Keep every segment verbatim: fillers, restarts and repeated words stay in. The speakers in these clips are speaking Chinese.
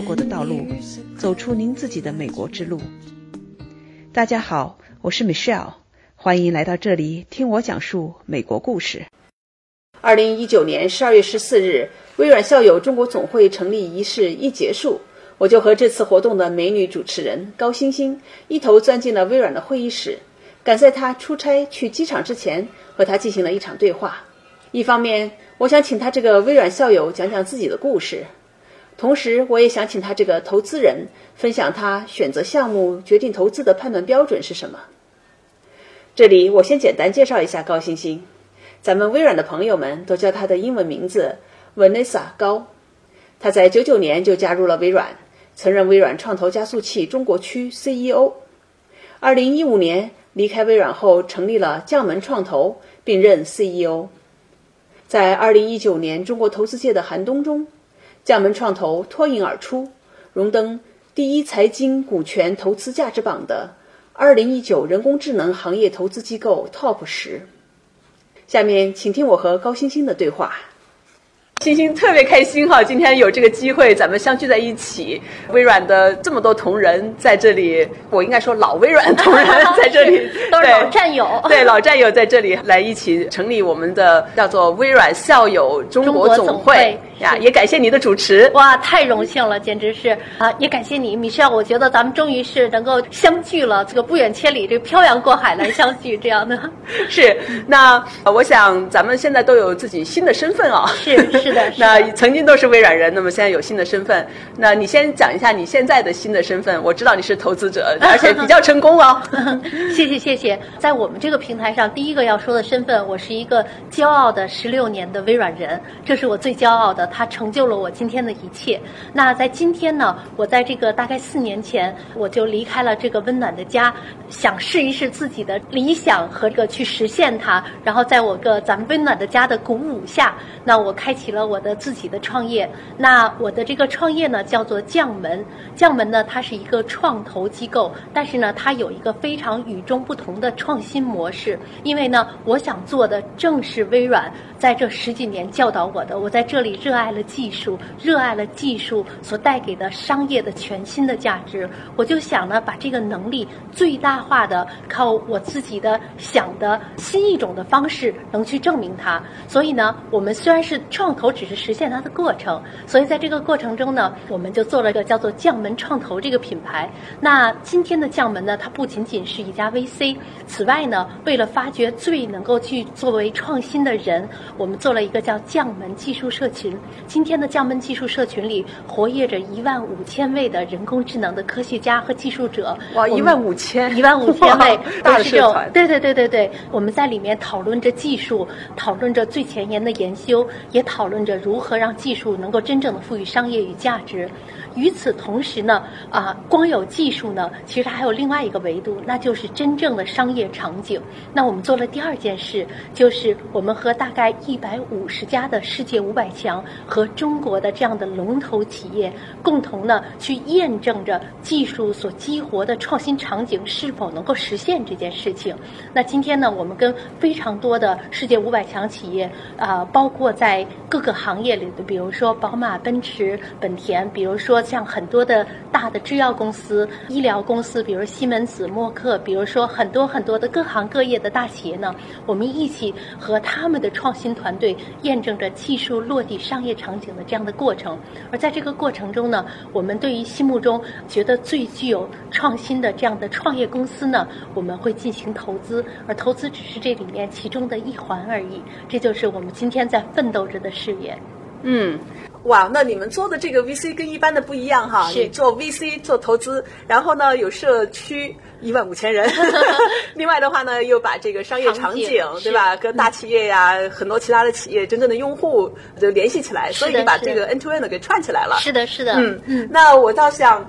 过的道路，走出您自己的美国之路。大家好，我是 Michelle， 欢迎来到这里听我讲述美国故事。二零一九年十二月十四日，微软校友中国总会成立仪式一结束，我就和这次活动的美女主持人高欣欣一头钻进了微软的会议室，赶在她出差去机场之前和她进行了一场对话。一方面，我想请她这个微软校友讲讲自己的故事，同时我也想请她这个投资人分享她选择项目决定投资的判断标准是什么。这里我先简单介绍一下高欣欣，咱们微软的朋友们都叫她的英文名字 Vanessa 高。她在九九年就加入了微软，曾任微软创投加速器中国区 C E O。二零一五年离开微软后，成立了将门创投，并任 C E O。在二零一九年中国投资界的寒冬中，将门创投脱颖而出，荣登第一财经股权投资价值榜的二零一九人工智能行业投资机构 Top 十。下面请听我和高欣欣的对话。欣欣特别开心哈，今天有这个机会咱们相聚在一起，微软的这么多同仁在这里，我应该说老微软同仁在这里都是老战友， 对老战友在这里来一起成立我们的叫做微软校友中国总会呀，也感谢你的主持。 哇，太荣幸了，简直是啊！也感谢你Michelle，我觉得咱们终于是能够相聚了，这个不远千里，这漂洋过海来相聚这样的。 是，那我想咱们现在都有自己新的身份啊、哦。 是是。 那曾经都是微软人，那么现在有新的身份。那你先讲一下你现在的新的身份。我知道你是投资者，而且比较成功哦。 谢谢谢谢。在我们这个平台上，第一个要说的身份，我是一个骄傲的十六年的微软人，这是我最骄傲的，它成就了我今天的一切。那在今天呢，我在这个大概四年前，我就离开了这个温暖的家，想试一试自己的理想和这个去实现它。然后在我个咱们温暖的家的鼓舞下，那我开启了我的自己的创业。那我的这个创业呢叫做将门。将门呢它是一个创投机构，但是呢它有一个非常与众不同的创新模式。因为呢我想做的正是微软在这十几年教导我的，我在这里热爱了技术，热爱了技术所带给的商业的全新的价值。我就想呢把这个能力最大化的靠我自己的想的新一种的方式能去证明它。所以呢我们虽然是创投只是实现它的过程，所以在这个过程中呢，我们就做了一个叫做将门创投这个品牌。那今天的将门呢，它不仅仅是一家 V C， 此外呢，为了发掘最能够去作为创新的人，我们做了一个叫将门技术社群。今天的将门技术社群里活跃着一万五千位的人工智能的科学家和技术者。 哇，一万五千， 一万五千位， 大的社团。 对对对对对，我们在里面讨论着技术，讨论着最前沿的研究，也讨论着如何让技术能够真正的赋予商业与价值。与此同时呢，啊，光有技术呢，其实它还有另外一个维度，那就是真正的商业场景。那我们做了第二件事，就是我们和大概一百五十家的世界五百强和中国的这样的龙头企业，共同呢去验证着技术所激活的创新场景是否能够实现这件事情。那今天呢，我们跟非常多的世界五百强企业，啊、呃，包括在各个行业里的，比如说宝马、奔驰、本田，比如说像很多的大的制药公司、医疗公司，比如西门子、默克，比如说很多很多的各行各业的大企业呢，我们一起和他们的创新团队验证着技术落地商业场景的这样的过程。而在这个过程中呢，我们对于心目中觉得最具有创新的这样的创业公司呢，我们会进行投资，而投资只是这里面其中的一环而已。这就是我们今天在奋斗着的事业。 嗯，哇，那你们做的这个 V C 跟一般的不一样哈，你做 V C 做投资，然后呢有社区一万五千人，另外的话呢又把这个商业场景对吧，跟大企业呀、嗯、很多其他的企业真正的用户就联系起来，所以你把这个 end to end 给串起来了。 是的，是的， 嗯嗯。那我倒想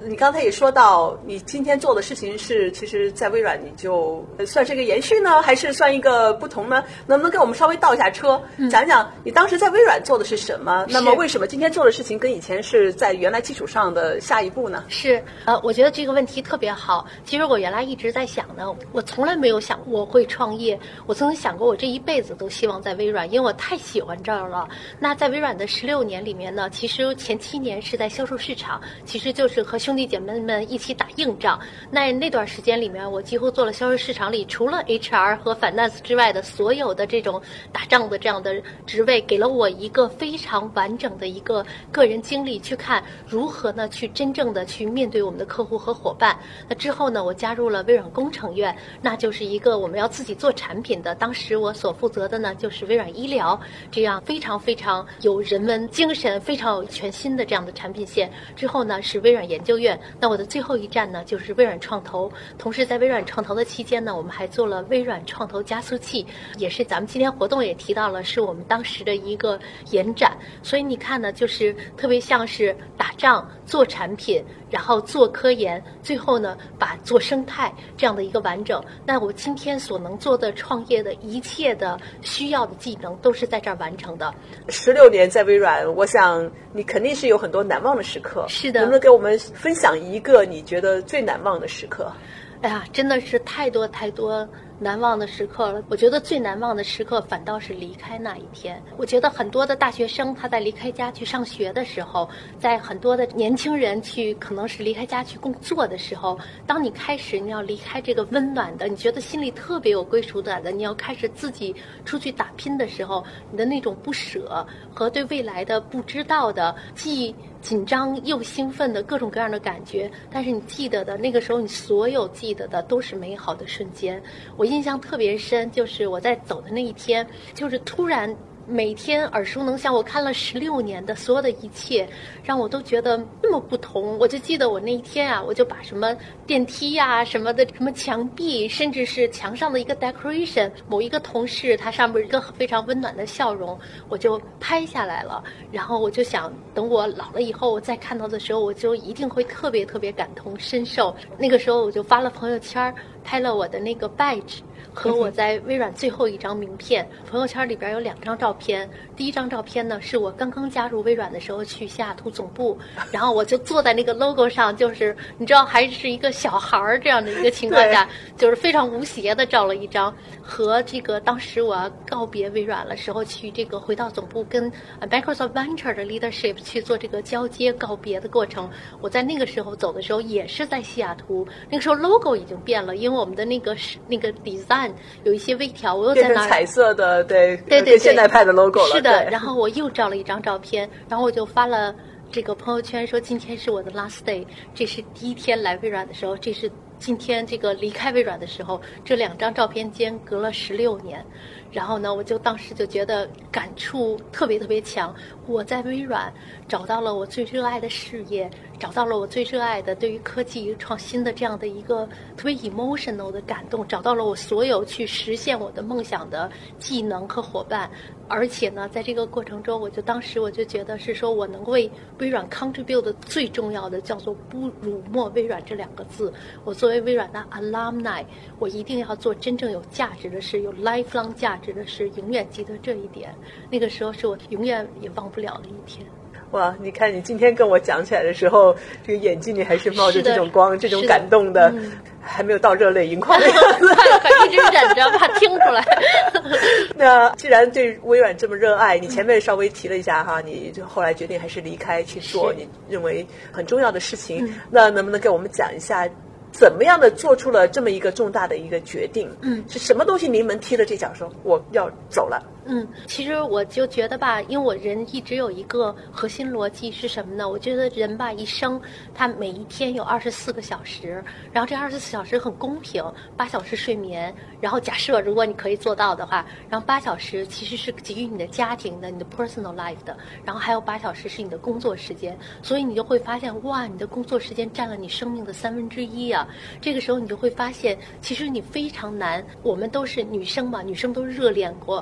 你刚才也说到，你今天做的事情是，其实在微软你就算是一个延续呢，还是算一个不同呢？能不能给我们稍微倒一下车，嗯、讲讲你当时在微软做的是什么？那么为什么今天做的事情跟以前是在原来基础上的下一步呢？ 是，呃，我觉得这个问题特别好。其实我原来一直在想呢，我从来没有想过我会创业。我曾经想过，我这一辈子都希望在微软，因为我太喜欢这儿了。那在微软的十六年里面呢，其实前七年是在销售市场，其实就是和兄弟姐妹们一起打硬仗。那那段时间里面，我几乎做了销售市场里除了 H R 和 Finance 之外的所有的这种打仗的这样的职位，给了我一个非常完整的一个个人经历，去看如何呢去真正的去面对我们的客户和伙伴。那之后呢，我加入了微软工程院，那就是一个我们要自己做产品的。当时我所负责的呢，就是微软医疗这样非常非常有人文精神、非常有全新的这样的产品线。之后呢，是微软研究院。那我的最后一站呢，就是微软创投。同时在微软创投的期间呢，我们还做了微软创投加速器，也是咱们今天活动也提到了，是我们当时的一个延展。所以你看呢，就是特别像是打仗、做产品，然后做科研，最后呢把做生态这样的一个完整。那我今天所能做的创业的一切的需要的技能都是在这儿完成的。 十六年在微软，我想你肯定是有很多难忘的时刻。 是的， 能不能给我们分享一个你觉得最难忘的时刻？ 哎呀，真的是太多太多难忘的时刻了。我觉得最难忘的时刻反倒是离开那一天。我觉得很多的大学生他在离开家去上学的时候，在很多的年轻人去可能是离开家去工作的时候，当你开始你要离开这个温暖的，你觉得心里特别有归属感的，你要开始自己出去打拼的时候，你的那种不舍和对未来的不知道的，既紧张又兴奋的各种各样的感觉，但是你记得的那个时候，你所有记得的都是美好的瞬间。我印象特别深，就是我在走的那一天，就是突然每天耳熟能详，我看了十六年的所有的一切，让我都觉得那么不同。我就记得我那一天啊，我就把什么电梯呀、啊、什么的，什么墙壁，甚至是墙上的一个 decoration， 某一个同事他上面一个非常温暖的笑容，我就拍下来了。然后我就想，等我老了以后，我再看到的时候，我就一定会特别特别感同身受。那个时候我就发了朋友圈，拍了我的那个 badge。和我在微软最后一张名片，朋友圈里边有两张照片。第一张照片呢，是我刚刚加入微软的时候去西雅图总部，然后我就坐在那个 logo 上，就是你知道还是一个小孩儿这样的一个情况下，就是非常无邪的照了一张。和这个当时我要告别微软的时候，去这个回到总部跟 Microsoft Venture 的 leadership 去做这个交接告别的过程。我在那个时候走的时候也是在西雅图，那个时候 logo 已经变了，因为我们的那个那个 design有一些微调，我又在那儿变成彩色的，对对对对， 现代派的 logo 了。 是的，然后我又照了一张照片，然后我就发了这个朋友圈说今天是我的 last day， 这是第一天来微软的时候，这是今天这个离开微软的时候，这两张照片间隔了十六年。然后呢，我就当时就觉得感触特别特别强。我在微软找到了我最热爱的事业，找到了我最热爱的对于科技创新的这样的一个特别 emotional 的感动，找到了我所有去实现我的梦想的技能和伙伴。而且呢，在这个过程中，我就当时我就觉得是说我能为微软 contribute 的最重要的叫做不辱没微软这两个字。我作为微软的 alumni， 我一定要做真正有价值的事，有 lifelong 价值的事，永远记得这一点。那个时候是我永远也忘不了的一天。 哇，你看你今天跟我讲起来的时候，这个眼睛里还是冒着这种光，这种感动的，嗯、还没有到热泪盈眶的样子， 一直忍着怕听出来。 那既然对微软这么热爱，你前面稍微提了一下哈，你就后来决定还是离开去做你认为很重要的事情，嗯、那能不能给我们讲一下？怎么样的做出了这么一个重大的一个决定？嗯，是什么东西临门踢了这脚，说我要走了？ 嗯，其实我就觉得吧，因为我人一直有一个核心逻辑是什么呢？我觉得人吧一生他每一天有二十四个小时，然后这二十四小时很公平，八小时睡眠，然后假设如果你可以做到的话，然后八小时其实是给予你的家庭的、你的 personal life 的，然后还有八小时是你的工作时间，所以你就会发现哇，你的工作时间占了你生命的三分之一啊！这个时候你就会发现，其实你非常难。我们都是女生嘛，女生都热恋过。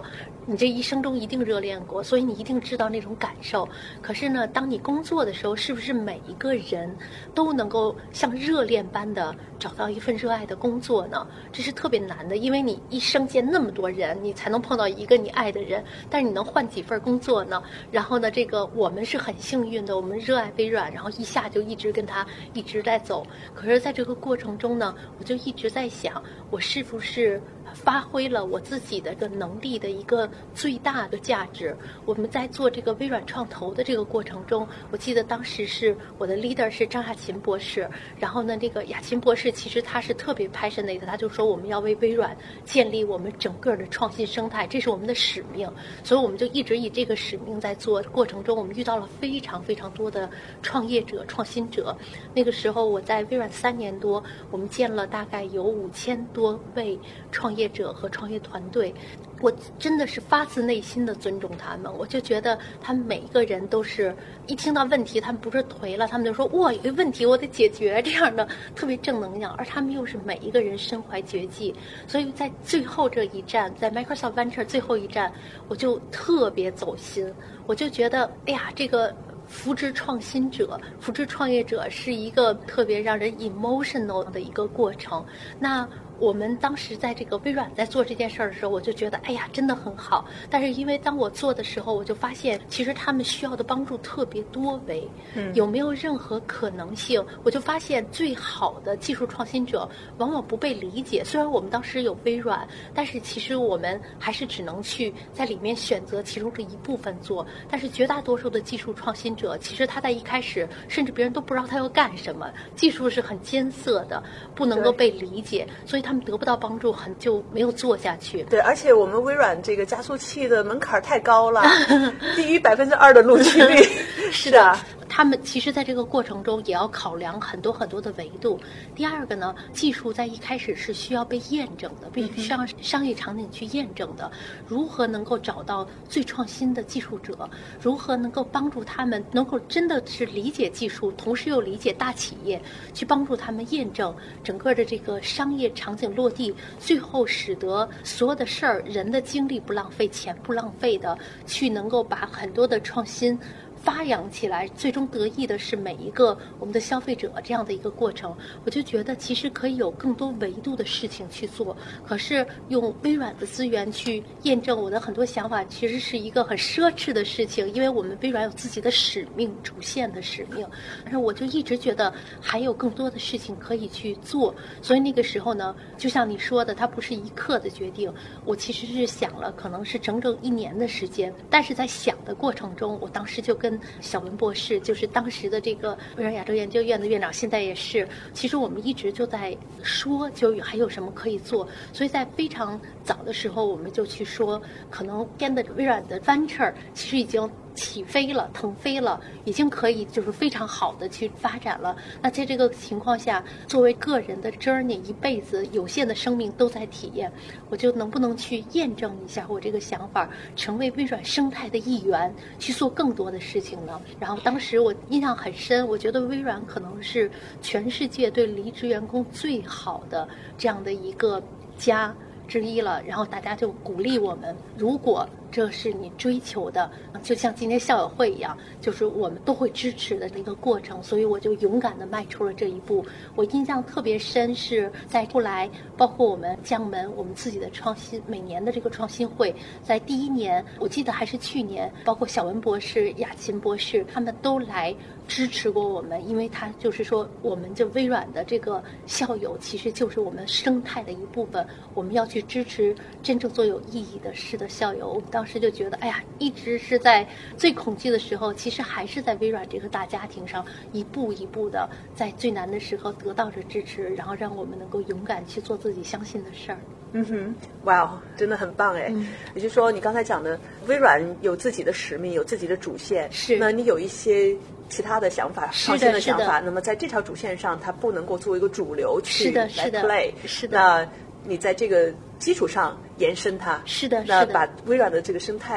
你这一生中一定热恋过，所以你一定知道那种感受。可是呢，当你工作的时候，是不是每一个人都能够像热恋般的找到一份热爱的工作呢？这是特别难的，因为你一生见那么多人，你才能碰到一个你爱的人，但是你能换几份工作呢？然后呢，这个我们是很幸运的，我们热爱微软，然后一下就一直跟他一直在走。可是在这个过程中呢，我就一直在想，我是不是发挥了我自己的个能力的一个最大的价值。我们在做这个微软创投的这个过程中，我记得当时是我的 leader 是张亚勤博士，然后呢，这个亚勤博士其实他是特别 passionate 的，他就说我们要为微软建立我们整个的创新生态，这是我们的使命。所以我们就一直以这个使命在做。过程中我们遇到了非常非常多的创业者、创新者。那个时候我在微软三年多，我们见了大概有五千多位创业者和创业团队。我真的是发自内心的尊重他们，我就觉得他们每一个人都是一听到问题，他们不是颓了，他们就说哇，有个问题我得解决，这样的特别正能量，而他们又是每一个人身怀绝技。所以在最后这一站，在 Microsoft Venture 最后一站，我就特别走心，我就觉得哎呀，这个扶植创新者、扶植创业者是一个特别让人 emotional 的一个过程。那我们当时在这个微软在做这件事儿的时候，我就觉得哎呀真的很好。但是因为当我做的时候，我就发现其实他们需要的帮助特别多维，嗯，有没有任何可能性？我就发现最好的技术创新者往往不被理解。虽然我们当时有微软，但是其实我们还是只能去在里面选择其中这一部分做。但是绝大多数的技术创新者，其实他在一开始甚至别人都不知道他要干什么，技术是很艰涩的，不能够被理解，所以他们得不到帮助，很就没有做下去。 对，而且我们微软这个加速器的门槛太高了，低于百分之二的录取率。 是的。他们其实在这个过程中也要考量很多很多的维度。第二个呢，技术在一开始是需要被验证的，必须上商业场景去验证的。如何能够找到最创新的技术者？如何能够帮助他们能够真的是理解技术，同时又理解大企业，去帮助他们验证整个的这个商业场景落地，最后使得所有的事儿，人的精力不浪费，钱不浪费的，去能够把很多的创新发扬起来，最终得益的是每一个我们的消费者，这样的一个过程。我就觉得其实可以有更多维度的事情去做，可是用微软的资源去验证我的很多想法，其实是一个很奢侈的事情，因为我们微软有自己的使命，主线的使命。但是我就一直觉得还有更多的事情可以去做，所以那个时候呢，就像你说的，它不是一刻的决定，我其实是想了可能是整整一年的时间。但是在想的过程中，我当时就跟小文博士，就是当时的这个微软亚洲研究院的院长，现在也是，其实我们一直就在说，就还有什么可以做。所以在非常早的时候，我们就去说，可能跟的微软的 Venture 其实已经起飞了，腾飞了，已经可以就是非常好的去发展了。那在这个情况下，作为个人的 journey， 一辈子有限的生命都在体验，我就能不能去验证一下我这个想法，成为微软生态的一员，去做更多的事情呢？然后当时我印象很深，我觉得微软可能是全世界对离职员工最好的这样的一个家之一了。然后大家就鼓励我们，如果这是你追求的，就像今天校友会一样，就是我们都会支持的一个过程。所以我就勇敢地迈出了这一步。我印象特别深，是在后来包括我们江门我们自己的创新每年的这个创新会，在第一年我记得还是去年，包括小文博士、亚勤博士他们都来支持过我们，因为他就是说我们这微软的这个校友其实就是我们生态的一部分，我们要去支持真正做有意义的事的校友。我们当时就觉得哎呀，一直是在最恐惧的时候，其实还是在微软这个大家庭上一步一步的在最难的时候得到着支持，然后让我们能够勇敢去做自己相信的事儿。 嗯哼，哇，真的很棒哎！嗯、也就是说，你刚才讲的，微软有自己的使命，有自己的主线， 是那你有一些其他的想法，创新的想法，那么在这条主线上，它不能够作为一个主流去来 play， 是的， 那你在这个基础上延伸它， 是的， 那把微软的这个生态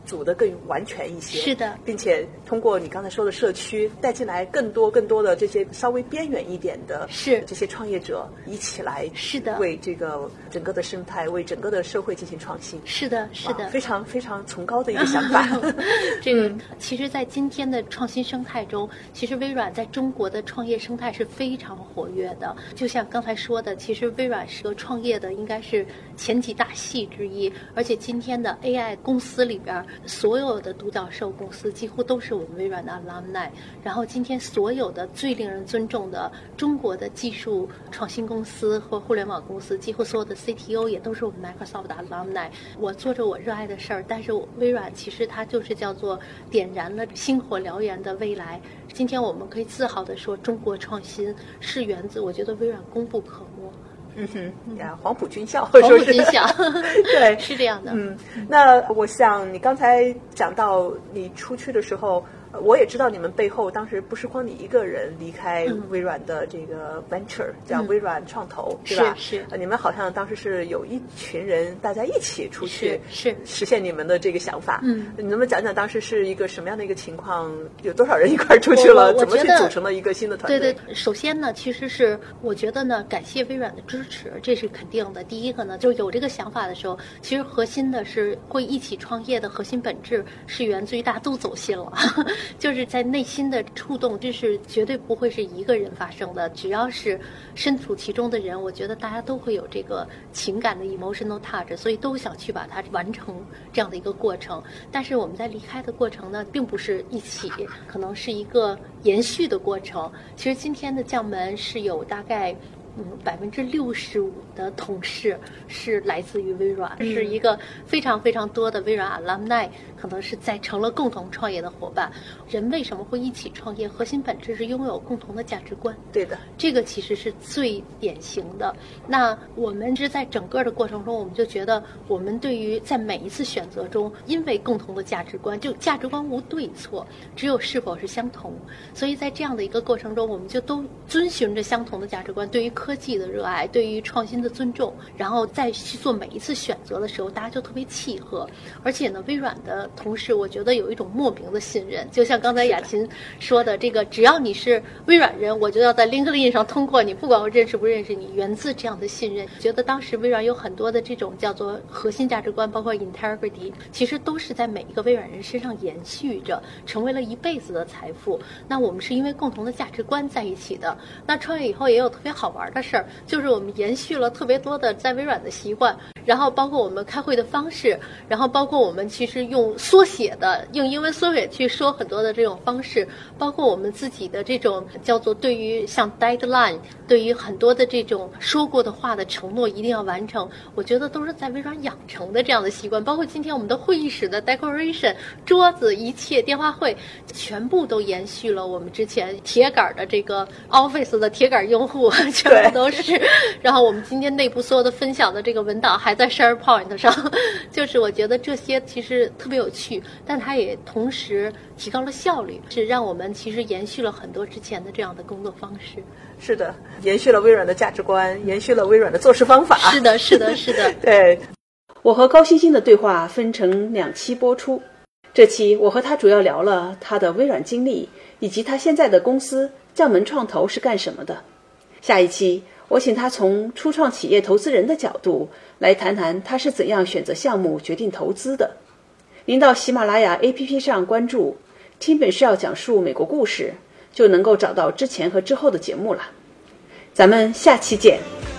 组得更完全一些。 是的， 并且通过你刚才说的社区带进来更多更多的这些稍微边缘一点的是这些创业者一起来， 是的， 为这个整个的生态为整个的社会进行创新。 是的是的， 非常非常崇高的一个想法。 这个其实在今天的创新生态中，其实微软在中国的创业生态是非常活跃的。就像刚才说的，其实微软是个创业的应该是前几大系之一，而且今天的 A I 公司里边所有的独角兽公司几乎都是我们微软的 alumni。然后今天所有的最令人尊重的中国的技术创新公司和互联网公司，几乎所有的 C T O 也都是我们 Microsoft 的 alumni。我做着我热爱的事儿，但是微软其实它就是叫做点燃了星火燎原的未来。今天我们可以自豪地说，中国创新是源自，我觉得微软功不可没。 嗯哼，呀，黄埔军校， 黄埔军校， 对， 是这样的。 嗯，那我想你刚才讲到你出去的时候，我也知道你们背后当时不是光你一个人离开微软的这个 venture，、嗯、叫微软创投， 嗯、 对吧？ 是是。 你们好像当时是有一群人大家一起出去， 是实现你们的这个想法。 嗯， 你能不能讲讲当时是一个什么样的一个情况？有多少人一块出去了？怎么去组成了一个新的团队？ 对对，首先呢，其实是我觉得呢，感谢微软的支持，这是肯定的。第一个呢，就有这个想法的时候，其实核心的是会一起创业的核心本质是源自于大家都走心了，就是在内心的触动，这是绝对不会是一个人发生的。只要是身处其中的人，我觉得大家都会有这个情感的 emotional touch， 所以都想去把它完成这样的一个过程。但是我们在离开的过程呢，并不是一起，可能是一个延续的过程。其实今天的将门是有大概嗯，百分之六十五的同事是来自于微软，嗯、是一个非常非常多的微软 alumni， 可能是在成了共同创业的伙伴。人为什么会一起创业？核心本质是拥有共同的价值观。 对的， 这个其实是最典型的。那我们是在整个的过程中，我们就觉得我们对于在每一次选择中，因为共同的价值观，就价值观无对错，只有是否是相同。所以在这样的一个过程中，我们就都遵循着相同的价值观，对于科技的热爱，对于创新的尊重，然后再去做每一次选择的时候，大家就特别契合。而且呢，微软的同事，我觉得有一种莫名的信任，就像刚才雅琴说的，这个只要你是微软人，我就要在 LinkedIn 上通过你，不管我认识不认识你，源自这样的信任。觉得当时微软有很多的这种叫做核心价值观，包括 integrity， 其实都是在每一个微软人身上延续着，成为了一辈子的财富。那我们是因为共同的价值观在一起的。那创业以后也有特别好玩的事儿，就是我们延续了特别多的在微软的习惯，然后包括我们开会的方式，然后包括我们其实用缩写的，用英文缩写去说很多的这种方式，包括我们自己的这种叫做对于像 deadline， 对于很多的这种说过的话的承诺一定要完成，我觉得都是在微软养成的这样的习惯。包括今天我们的会议室的 decoration， 桌子，一切电话会，全部都延续了我们之前铁杆的这个 Office 的铁杆用户，全部都是。然后我们今天内部所有的分享的这个文档还在 SharePoint 上，就是我觉得这些其实特别有趣，但它也同时提高了效率，是让我们其实延续了很多之前的这样的工作方式。 是的，延续了微软的价值观，延续了微软的做事方法。 是的，是的，是的。 对，我和高欣欣的对话分成两期播出。这期我和他主要聊了他的微软经历，以及他现在的公司将门创投是干什么的。下一期我请他从初创企业投资人的角度来谈谈他是怎样选择项目决定投资的。您到喜马拉雅 A P P 上关注听本是要讲述美国故事，就能够找到之前和之后的节目了。咱们下期见。